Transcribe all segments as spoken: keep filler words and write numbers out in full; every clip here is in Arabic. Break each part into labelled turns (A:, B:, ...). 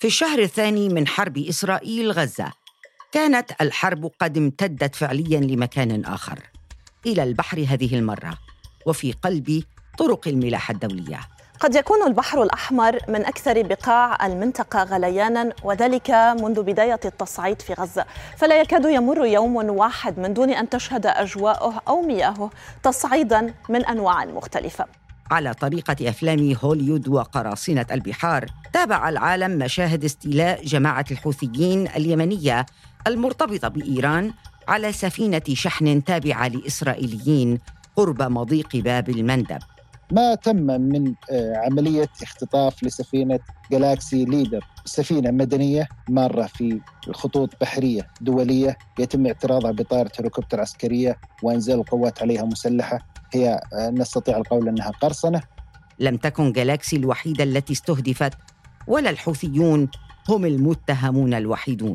A: في الشهر الثاني من حرب إسرائيل غزة، كانت الحرب قد امتدت فعلياً لمكان آخر، إلى البحر هذه المرة، وفي قلب طرق الملاحة الدولية.
B: قد يكون البحر الأحمر من أكثر بقاع المنطقة غلياناً، وذلك منذ بداية التصعيد في غزة، فلا يكاد يمر يوم واحد من دون أن تشهد أجواؤه أو مياهه تصعيداً من أنواع مختلفة.
A: على طريقة أفلام هوليود وقراصنة البحار، تابع العالم مشاهد استيلاء جماعة الحوثيين اليمنية المرتبطة بإيران على سفينة شحن تابعة لإسرائيليين قرب مضيق باب المندب.
C: ما تم من عملية اختطاف لسفينة جالاكسي ليدر، سفينة مدنية مارة في الخطوط بحرية دولية، يتم اعتراضها بطائرة هليكوبتر عسكرية وإنزال القوات عليها مسلحة. هي نستطيع القول أنها قرصنة.
A: لم تكن جالاكسي الوحيدة التي استهدفت، ولا الحوثيون هم المتهمون الوحيدون.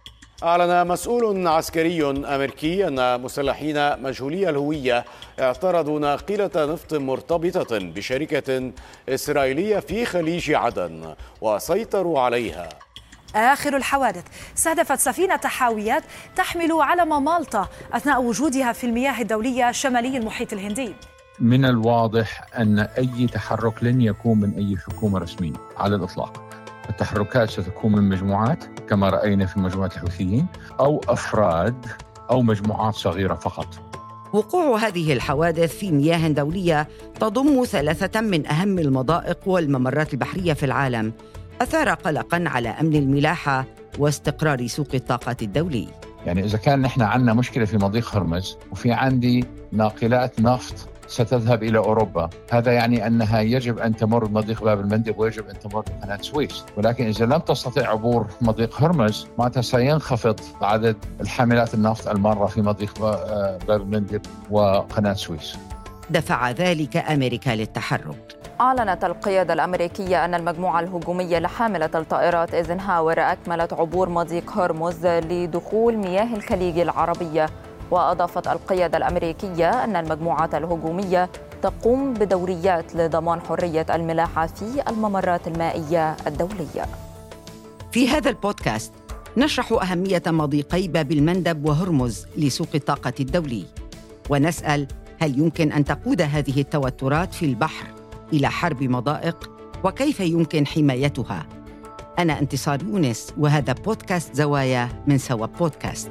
D: أعلن مسؤول عسكري أمريكي أن مسلحين مجهولي الهوية اعترضوا ناقلة نفط مرتبطة بشركة إسرائيلية في خليج عدن وسيطروا عليها.
E: آخر الحوادث استهدفت سفينة حاويات تحمل علم مالطا أثناء وجودها في المياه الدولية شمالي المحيط الهندي.
F: من الواضح أن أي تحرك لن يكون من أي حكومة رسمية على الإطلاق. التحركات ستكون من مجموعات كما رأينا في مجموعة الحوثيين، أو أفراد أو مجموعات صغيرة فقط.
A: وقوع هذه الحوادث في مياه دولية تضم ثلاثة من أهم المضائق والممرات البحرية في العالم أثار قلقاً على أمن الملاحة واستقرار سوق الطاقة الدولي.
F: يعني إذا كان نحن عندنا مشكلة في مضيق هرمز وفي عندي ناقلات نفط ستذهب إلى أوروبا، هذا يعني أنها يجب أن تمر بمضيق باب المندب ويجب أن تمر بقناة السويس. ولكن إذا لم تستطيع عبور مضيق هرمز، معناتها سينخفض عدد الحاملات النفط المارة في مضيق باب المندب وقناة السويس.
A: دفع ذلك أمريكا للتحرك.
G: أعلنت القيادة الأمريكية أن المجموعة الهجومية لحاملة الطائرات إيزنهاور أكملت عبور مضيق هرمز لدخول مياه الخليج العربية. وأضافت القيادة الأمريكية أن المجموعات الهجومية تقوم بدوريات لضمان حرية الملاحة في الممرات المائية الدولية.
A: في هذا البودكاست نشرح أهمية مضيقي باب المندب وهرمز لسوق الطاقة الدولي، ونسأل هل يمكن أن تقود هذه التوترات في البحر إلى حرب مضائق، وكيف يمكن حمايتها؟ أنا انتصار يونس، وهذا بودكاست زوايا من سوا بودكاست.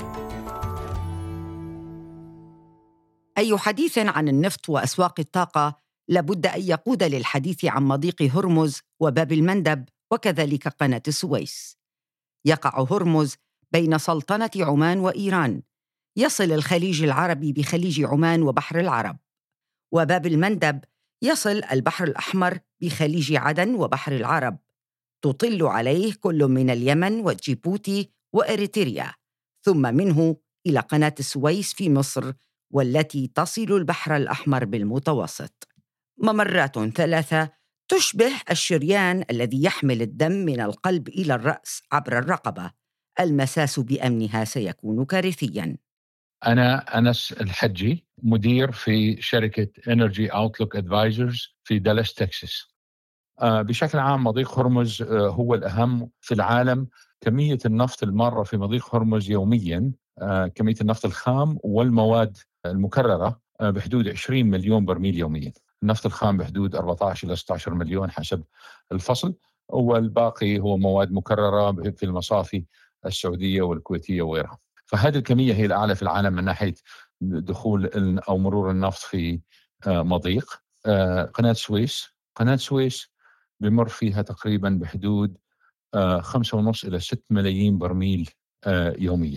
A: أي حديث عن النفط وأسواق الطاقة لابد أن يقود للحديث عن مضيق هرمز وباب المندب وكذلك قناة السويس. يقع هرمز بين سلطنة عمان وإيران، يصل الخليج العربي بخليج عمان وبحر العرب، وباب المندب يصل البحر الأحمر بخليج عدن وبحر العرب، تطل عليه كل من اليمن وجيبوتي وإريتريا، ثم منه إلى قناة السويس في مصر، والتي تصل البحر الأحمر بالمتوسط. ممرات ثلاثة تشبه الشريان الذي يحمل الدم من القلب إلى الرأس عبر الرقبة. المساس بأمنها سيكون كارثياً.
F: أنا أنس الحجي، مدير في شركة Energy Outlook Advisors في دالاس تكساس. بشكل عام مضيق هرمز هو الأهم في العالم. كمية النفط المارة في مضيق هرمز يومياً، كمية النفط الخام والمواد المكررة بحدود عشرين مليون برميل يومياً. النفط الخام بحدود أربعة عشر إلى ستة عشر مليون حسب الفصل، والباقي هو مواد مكررة في المصافي السعودية والكويتية وغيرها. فهذه الكمية هي الأعلى في العالم من ناحية دخول أو مرور النفط في مضيق. قناة السويس قناة السويس بمر فيها تقريباً بحدود خمسة ونص إلى ست ملايين برميل يومياً.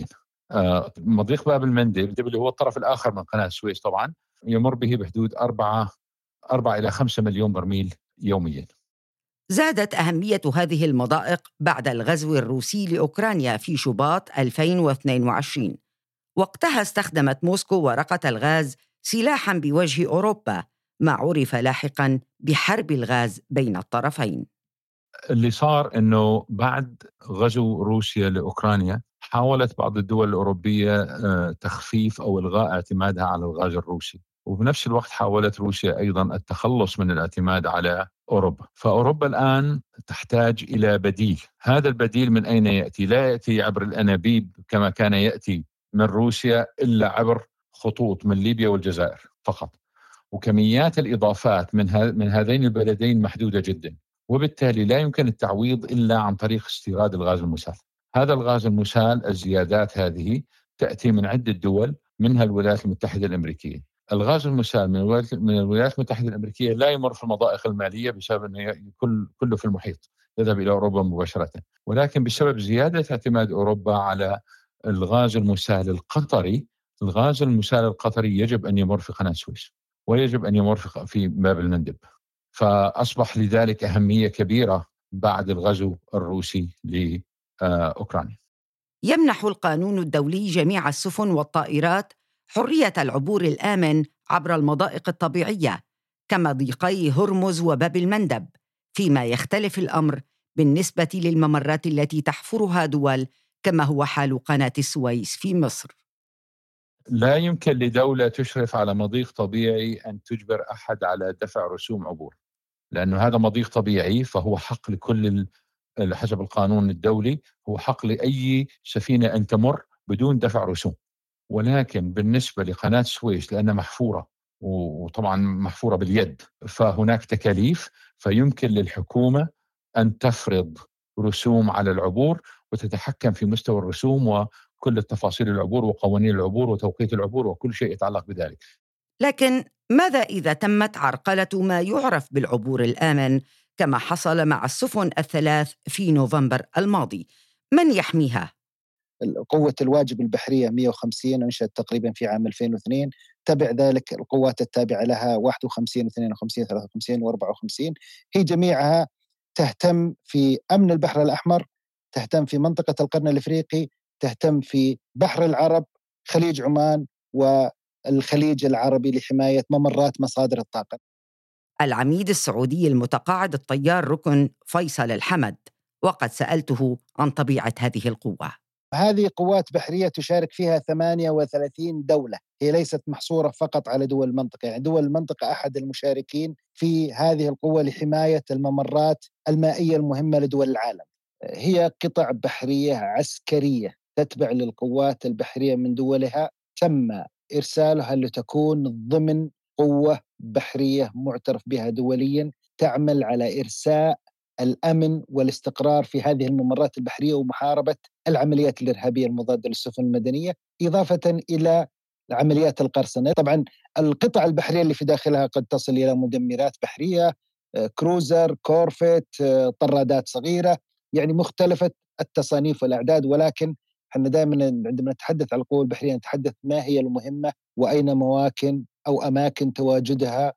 F: مضيق باب المندب اللي هو الطرف الآخر من قناة السويس طبعاً يمر به بحدود أربعة أربعة إلى خمسة مليون برميل يومياً.
A: زادت أهمية هذه المضائق بعد الغزو الروسي لأوكرانيا في شباط ألفين واثنين وعشرين. وقتها استخدمت موسكو ورقة الغاز سلاحاً بوجه أوروبا، ما عرف لاحقاً بحرب الغاز بين الطرفين.
F: اللي صار أنه بعد غزو روسيا لأوكرانيا حاولت بعض الدول الأوروبية تخفيف أو إلغاء اعتمادها على الغاز الروسي، وبنفس الوقت حاولت روسيا أيضاً التخلص من الاعتماد على أوروبا. فأوروبا الآن تحتاج إلى بديل. هذا البديل من أين يأتي؟ لا يأتي عبر الأنابيب كما كان يأتي من روسيا، إلا عبر خطوط من ليبيا والجزائر فقط. وكميات الإضافات من, من هذين البلدين محدودة جدا، وبالتالي لا يمكن التعويض إلا عن طريق استيراد الغاز المسال. هذا الغاز المسال الزيادات هذه تأتي من عدة دول، منها الولايات المتحدة الأمريكية. الغاز المسال من الولايات المتحدة الأمريكية لا يمر في المضائق المالية بسبب أنه كل كله في المحيط يذهب إلى أوروبا مباشرة، ولكن بسبب زيادة اعتماد أوروبا على الغاز المسال القطري، الغاز المسال القطري يجب أن يمر في قناة السويس ويجب أن يمر في باب المندب. فأصبح لذلك أهمية كبيرة بعد الغزو الروسي لأوكرانيا.
A: يمنح القانون الدولي جميع السفن والطائرات حرية العبور الآمن عبر المضائق الطبيعية كمضيقي هرمز وباب المندب، فيما يختلف الأمر بالنسبة للممرات التي تحفرها دول كما هو حال قناة السويس في مصر.
F: لا يمكن لدولة تشرف على مضيق طبيعي أن تجبر أحد على دفع رسوم عبور، لأنه هذا مضيق طبيعي، فهو حق لكل حسب القانون الدولي، هو حق لأي سفينة أن تمر بدون دفع رسوم. ولكن بالنسبة لقناة السويس لأنها محفورة، وطبعا محفورة باليد، فهناك تكاليف، فيمكن للحكومة أن تفرض رسوم على العبور وتتحكم في مستوى الرسوم وكل التفاصيل العبور وقوانين العبور وتوقيت العبور وكل شيء يتعلق بذلك.
A: لكن ماذا إذا تمت عرقلة ما يعرف بالعبور الآمن كما حصل مع السفن الثلاث في نوفمبر الماضي؟ من يحميها؟
C: قوة الواجب البحرية مئة وخمسين أنشأت تقريبا في عام ألفين واثنين، تبع ذلك القوات التابعة لها واحد وخمسين واثنين وخمسين ثلاثة وخمسين وأربعة وخمسين. هي جميعها تهتم في أمن البحر الأحمر، تهتم في منطقة القرن الإفريقي، تهتم في بحر العرب، خليج عمان والخليج العربي لحماية ممرات مصادر الطاقة.
A: العميد السعودي المتقاعد الطيار ركن فيصل الحمد، وقد سألته عن طبيعة هذه القوة.
C: هذه قوات بحرية تشارك فيها ثمانية وثلاثين دولة، هي ليست محصورة فقط على دول المنطقة، يعني دول المنطقة أحد المشاركين في هذه القوة لحماية الممرات المائية المهمة لدول العالم. هي قطع بحرية عسكرية تتبع للقوات البحرية من دولها، تم إرسالها لتكون ضمن قوة بحرية معترف بها دوليا تعمل على إرساء الأمن والاستقرار في هذه الممرات البحرية ومحاربة العمليات الإرهابية المضادة للسفن المدنية، إضافة إلى عمليات القرصنة. طبعا القطع البحرية اللي في داخلها قد تصل إلى مدمرات بحرية، كروزر، كورفت، طرادات صغيرة، يعني مختلفة التصانيف والأعداد. ولكن احنا دائما عندما نتحدث عن القوة البحرية نتحدث ما هي المهمة وأين مواكن أو أماكن تواجدها.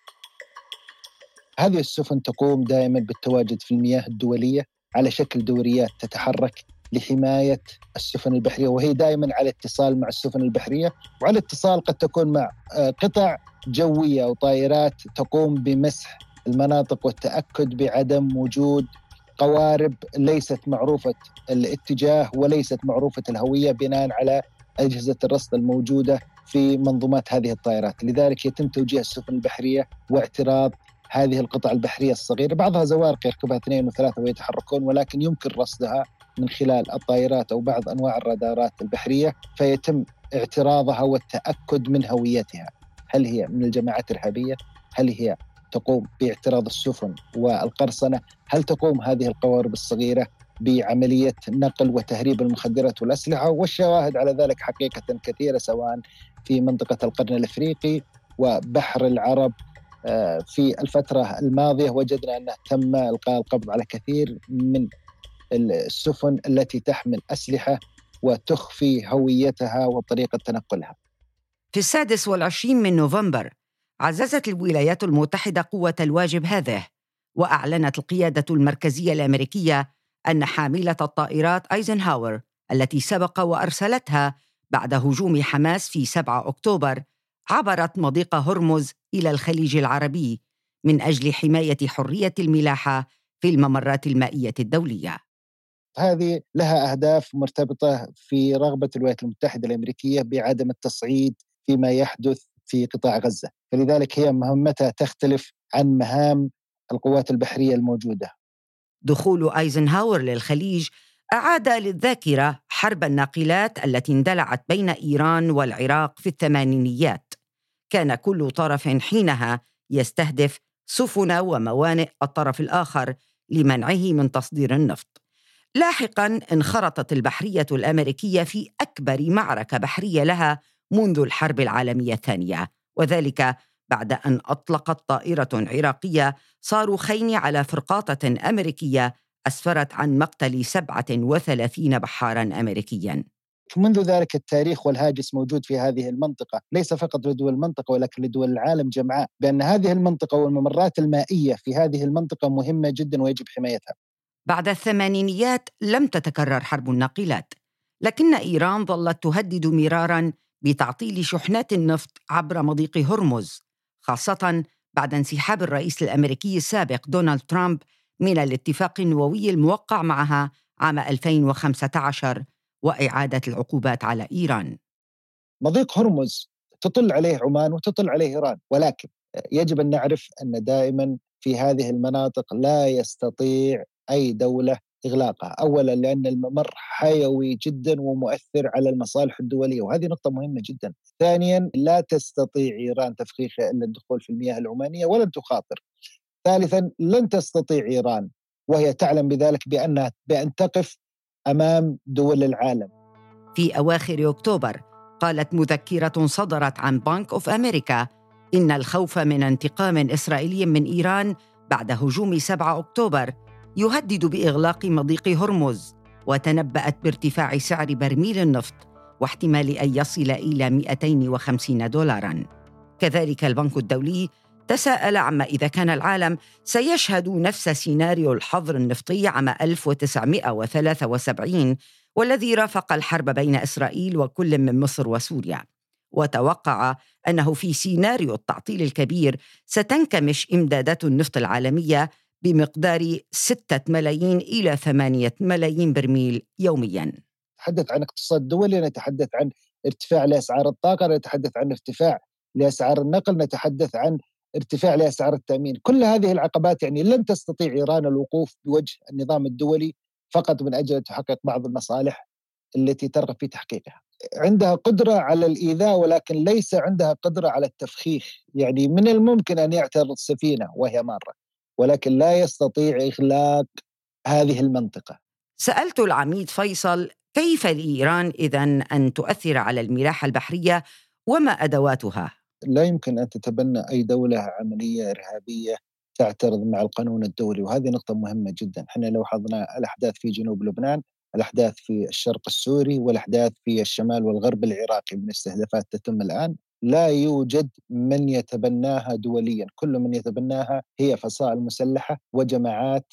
C: هذه السفن تقوم دائما بالتواجد في المياه الدولية على شكل دوريات تتحرك لحماية السفن البحرية، وهي دائما على اتصال مع السفن البحرية، وعلى اتصال قد تكون مع قطع جوية أو طائرات تقوم بمسح المناطق والتأكد بعدم وجود قوارب ليست معروفة الاتجاه وليست معروفة الهوية بناء على أجهزة الرصد الموجودة في منظومات هذه الطائرات. لذلك يتم توجيه السفن البحرية واعتراض هذه القطع البحرية الصغيرة، بعضها زوارق يركبها اثنين وثلاثة ويتحركون، ولكن يمكن رصدها من خلال الطائرات أو بعض أنواع الرادارات البحرية، فيتم اعتراضها والتأكد من هويتها. هل هي من الجماعات الإرهابية؟ هل هي تقوم باعتراض السفن والقرصنة؟ هل تقوم هذه القوارب الصغيرة بعملية نقل وتهريب المخدرات والأسلحة؟ والشواهد على ذلك حقيقة كثيرة، سواء في منطقة القرن الإفريقي وبحر العرب. في الفترة الماضية وجدنا أنه تم إلقاء القبض على كثير من السفن التي تحمل أسلحة وتخفي هويتها وطريقة تنقلها.
A: في السادس والعشرين من نوفمبر عززت الولايات المتحدة قوة الواجب هذه، وأعلنت القيادة المركزية الأمريكية أن حاملة الطائرات أيزنهاور التي سبق وأرسلتها بعد هجوم حماس في سبعة أكتوبر عبرت مضيق هرمز إلى الخليج العربي من أجل حماية حرية الملاحة في الممرات المائية الدولية.
C: هذه لها أهداف مرتبطة في رغبة الولايات المتحدة الأمريكية بعدم التصعيد فيما يحدث في قطاع غزة، فلذلك هي مهمتها تختلف عن مهام القوات البحرية الموجودة.
A: دخول أيزنهاور للخليج أعاد للذاكرة حرب الناقلات التي اندلعت بين إيران والعراق في الثمانينيات. كان كل طرف حينها يستهدف سفن وموانئ الطرف الآخر لمنعه من تصدير النفط. لاحقاً انخرطت البحرية الأمريكية في أكبر معركة بحرية لها منذ الحرب العالمية الثانية، وذلك بعد أن أطلقت طائرة عراقية صاروخين على فرقاطة أمريكية أسفرت عن مقتل سبعة وثلاثين بحاراً أمريكياً.
C: منذ ذلك التاريخ والهاجس موجود في هذه المنطقة، ليس فقط لدول المنطقة ولكن لدول العالم جمعاء، بأن هذه المنطقة والممرات المائية في هذه المنطقة مهمة جدا ويجب حمايتها.
A: بعد الثمانينيات لم تتكرر حرب الناقلات، لكن إيران ظلت تهدد مراراً بتعطيل شحنات النفط عبر مضيق هرمز، خاصة بعد انسحاب الرئيس الأمريكي السابق دونالد ترامب من الاتفاق النووي الموقع معها عام ألفين وخمسة عشر وإعادة العقوبات على إيران.
C: مضيق هرمز تطل عليه عمان وتطل عليه إيران، ولكن يجب أن نعرف أن دائما في هذه المناطق لا يستطيع أي دولة إغلاقها. أولا لأن الممر حيوي جدا ومؤثر على المصالح الدولية، وهذه نقطة مهمة جدا. ثانيا لا تستطيع إيران تفخيخها إلا الدخول في المياه العمانية ولن تخاطر. ثالثا لن تستطيع إيران وهي تعلم بذلك بأنها بأن تقف أمام دول العالم.
A: في أواخر أكتوبر قالت مذكرة صدرت عن بنك أوف أمريكا إن الخوف من انتقام إسرائيلي من إيران بعد هجوم سبعة أكتوبر يهدد بإغلاق مضيق هرمز، وتنبأت بارتفاع سعر برميل النفط واحتمال أن يصل إلى مئتين وخمسين دولاراً. كذلك البنك الدولي تساءل عما إذا كان العالم سيشهد نفس سيناريو الحظر النفطي عام ألف وتسعمائة وثلاثة وسبعين والذي رافق الحرب بين إسرائيل وكل من مصر وسوريا، وتوقع أنه في سيناريو التعطيل الكبير ستنكمش إمدادات النفط العالمية بمقدار ستة ملايين إلى ثمانية ملايين برميل يومياً.
C: نتحدث عن اقتصاد دولي، نتحدث عن ارتفاع لأسعار الطاقة، نتحدث عن ارتفاع لأسعار النقل، نتحدث عن ارتفاع لأسعار التأمين. كل هذه العقبات يعني لن تستطيع إيران الوقوف بوجه النظام الدولي فقط من أجل تحقق بعض المصالح التي ترغب في تحقيقها. عندها قدرة على الإيذاء ولكن ليس عندها قدرة على التفخيخ. يعني من الممكن أن يعترض سفينة وهي مارة، ولكن لا يستطيع إغلاق هذه المنطقة.
A: سألت العميد فيصل كيف لإيران إذن أن تؤثر على الملاحة البحرية وما أدواتها؟
C: لا يمكن أن تتبنى أي دولة عملية إرهابية تعترض مع القانون الدولي، وهذه نقطة مهمة جدا. احنا لو لاحظنا الأحداث في جنوب لبنان، الأحداث في الشرق السوري، والأحداث في الشمال والغرب العراقي من استهدافات تتم الآن، لا يوجد من يتبناها دوليا. كل من يتبناها هي فصائل مسلحة وجماعات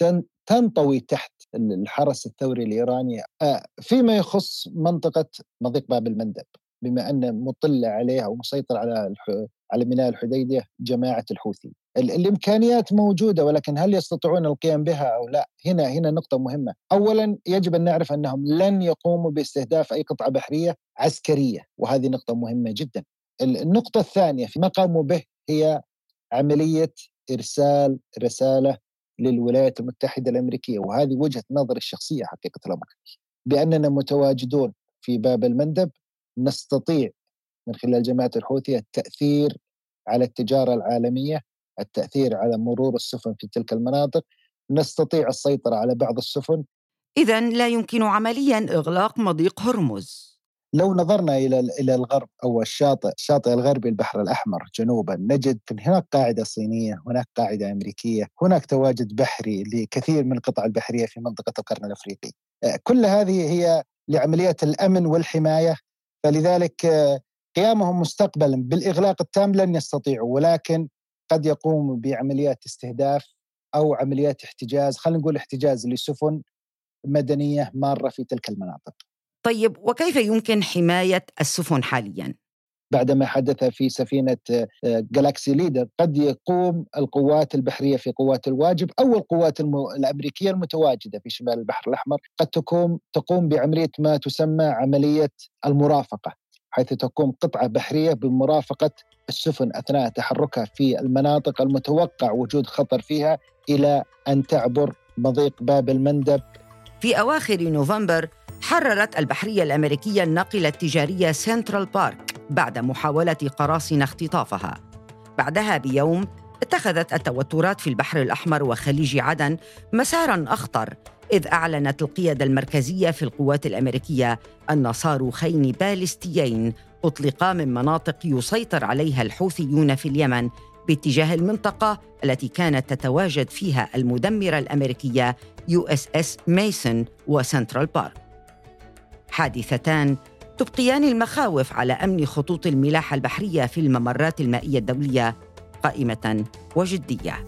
C: تنطوي تحت الحرس الثوري الإيراني. فيما يخص منطقة مضيق باب المندب، بما أن مطلع عليها ومسيطر على على ميناء الحديدية جماعة الحوثي، الإمكانيات موجودة، ولكن هل يستطيعون القيام بها أو لا؟ هنا هنا نقطة مهمة. أولا يجب أن نعرف أنهم لن يقوموا باستهداف أي قطعة بحرية عسكرية، وهذه نقطة مهمة جدا. النقطة الثانية في ما قاموا به هي عملية إرسال رسالة للولايات المتحدة الأمريكية، وهذه وجهة نظري الشخصية حقيقة الأمر، بأننا متواجدون في باب المندب نستطيع من خلال جماعة الحوثي التأثير على التجارة العالمية، التأثير على مرور السفن في تلك المناطق، نستطيع السيطرة على بعض السفن.
A: إذن لا يمكن عملياً إغلاق مضيق هرمز.
C: لو نظرنا إلى إلى الغرب أو الشاطئ الشاطئ الغربي البحر الأحمر جنوبا، نجد هناك قاعدة صينية، هناك قاعدة أمريكية، هناك تواجد بحري لكثير من القطع البحرية في منطقة القرن الأفريقي. كل هذه هي لعمليات الأمن والحماية، فلذلك قيامهم مستقبلا بالإغلاق التام لن يستطيعوا، ولكن قد يقوموا بعمليات استهداف أو عمليات احتجاز، خلينا نقول احتجاز لسفن مدنية مارة في تلك المناطق.
A: طيب وكيف يمكن حماية السفن حالياً؟
C: بعدما حدث في سفينة جالاكسي ليدر، قد يقوم القوات البحرية في قوات الواجب أو القوات الأمريكية المتواجدة في شمال البحر الأحمر قد تقوم تقوم بعملية ما تسمى عملية المرافقة. حيث تقوم قطعة بحرية بمرافقة السفن أثناء تحركها في المناطق المتوقع وجود خطر فيها إلى أن تعبر مضيق باب المندب.
A: في أواخر نوفمبر حررت البحرية الأمريكية الناقلة التجارية سنترال بارك بعد محاولة قراصنة اختطافها. بعدها بيوم اتخذت التوترات في البحر الأحمر وخليج عدن مساراً أخطر، إذ أعلنت القيادة المركزية في القوات الأمريكية أن صاروخين باليستيين أطلقا من مناطق يسيطر عليها الحوثيون في اليمن باتجاه المنطقة التي كانت تتواجد فيها المدمرة الأمريكية يو إس إس ميسون وسنترال بارك. حادثتان تبقيان المخاوف على أمن خطوط الملاحة البحرية في الممرات المائية الدولية قائمة وجدية.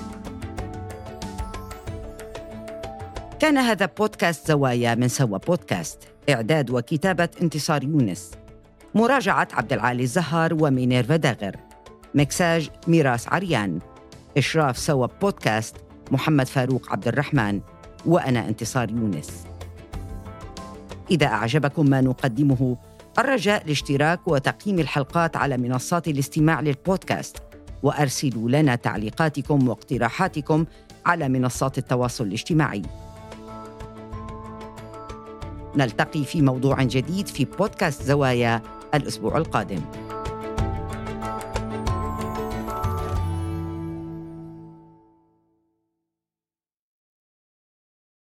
A: كان هذا بودكاست زوايا من سوا بودكاست، إعداد وكتابة انتصار يونس، مراجعة عبد العالي الزهار ومينيرفا داغر، مكساج ميراس عريان، إشراف سوا بودكاست محمد فاروق عبد الرحمن، وأنا انتصار يونس. إذا أعجبكم ما نقدمه، الرجاء الاشتراك وتقييم الحلقات على منصات الاستماع للبودكاست، وأرسلوا لنا تعليقاتكم واقتراحاتكم على منصات التواصل الاجتماعي. نلتقي في موضوع جديد في بودكاست زوايا الأسبوع القادم.